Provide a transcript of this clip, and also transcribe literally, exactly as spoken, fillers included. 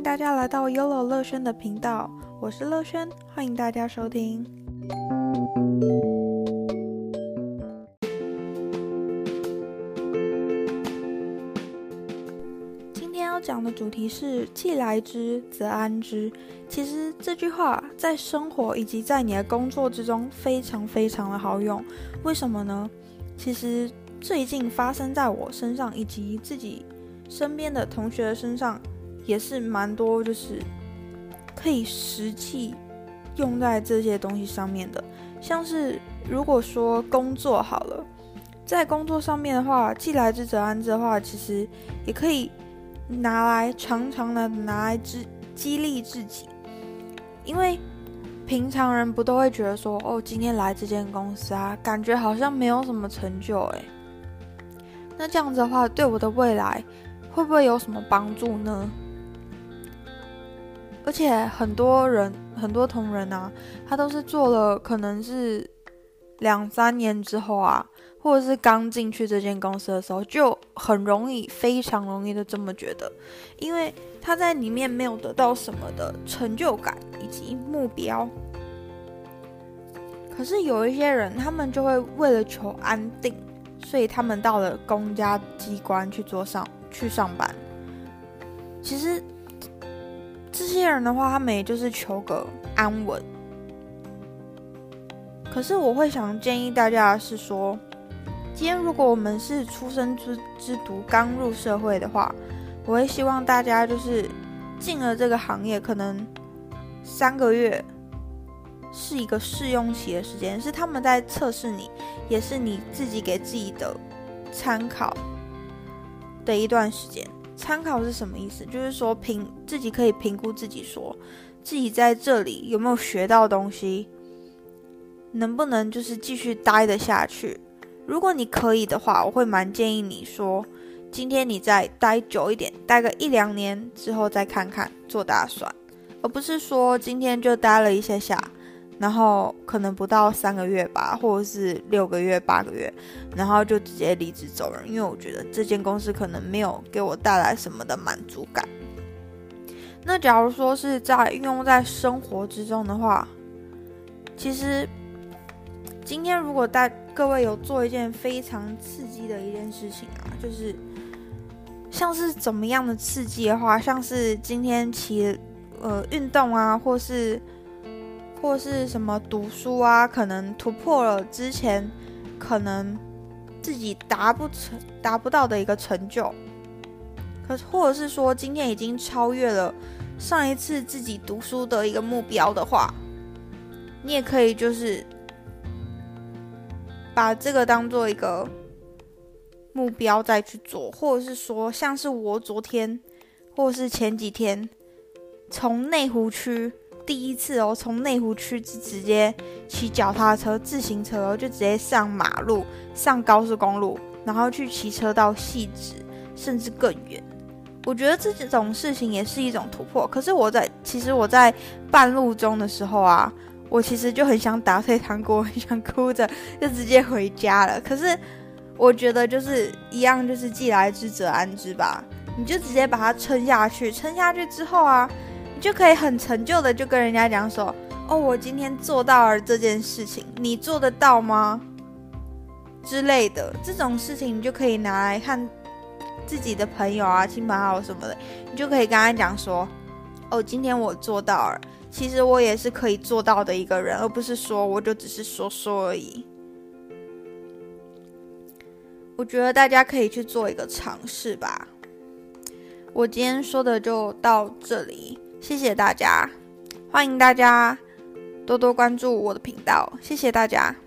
迎大家来到 Y O L O 乐轩的频道，我是乐轩，欢迎大家收听。今天要讲的主题是既来之则安之。其实这句话在生活以及在你的工作之中非常非常的好用。为什么呢？其实最近发生在我身上以及自己身边的同学身上也是蛮多，就是可以实际用在这些东西上面的。像是如果说工作好了，在工作上面的话，既来之则安之的话，其实也可以拿来常常的拿来激励自己。因为平常人不都会觉得说，哦，今天来这间公司啊，感觉好像没有什么成就诶。那这样子的话，对我的未来会不会有什么帮助呢？而且很多人很多同仁啊，他都是做了可能是两三年之后啊，或者是刚进去这间公司的时候，就很容易非常容易的这么觉得，因为他在里面没有得到什么的成就感以及目标。可是有一些人，他们就会为了求安定，所以他们到了公家机关去做上去上班。其实这些人的话，他们也就是求个安稳。可是我会想建议大家的是说，今天如果我们是出生之之犊刚入社会的话，我会希望大家就是进了这个行业，可能三个月是一个试用期的时间，是他们在测试你，也是你自己给自己的参考的一段时间。参考是什么意思？就是说评自己可以评估自己，说自己在这里有没有学到东西，能不能就是继续待得下去。如果你可以的话，我会蛮建议你说，今天你再待久一点，待个一两年之后再看看做打算，而不是说今天就待了一下下，然后可能不到三个月吧，或者是六个月、八个月，然后就直接离职走人。因为我觉得这间公司可能没有给我带来什么的满足感。那假如说是在运用在生活之中的话，其实今天如果大各位有做一件非常刺激的一件事情啊，就是像是怎么样的刺激的话，像是今天骑呃运动啊，或是或是什么读书啊，可能突破了之前可能自己达不成达不到的一个成就，可或者是说今天已经超越了上一次自己读书的一个目标的话，你也可以就是把这个当做一个目标再去做，或者是说像是我昨天或者是前几天从内湖区第一次哦，从内湖区直接骑脚踏车、自行车哦，就直接上马路、上高速公路，然后去骑车到汐止，甚至更远。我觉得这种事情也是一种突破。可是我在其实我在半路中的时候啊，我其实就很想打退堂鼓，很想哭着就直接回家了。可是我觉得就是一样，就是既来之则安之吧。你就直接把它撑下去，撑下去之后啊，你就可以很成就的就跟人家讲说，哦，我今天做到了这件事情，你做得到吗？之类的这种事情，你就可以拿来看自己的朋友啊、亲朋好友什么的，你就可以跟他讲说，哦，今天我做到了，其实我也是可以做到的一个人，而不是说我就只是说说而已。我觉得大家可以去做一个尝试吧。我今天说的就到这里，谢谢大家，欢迎大家多多关注我的频道，谢谢大家。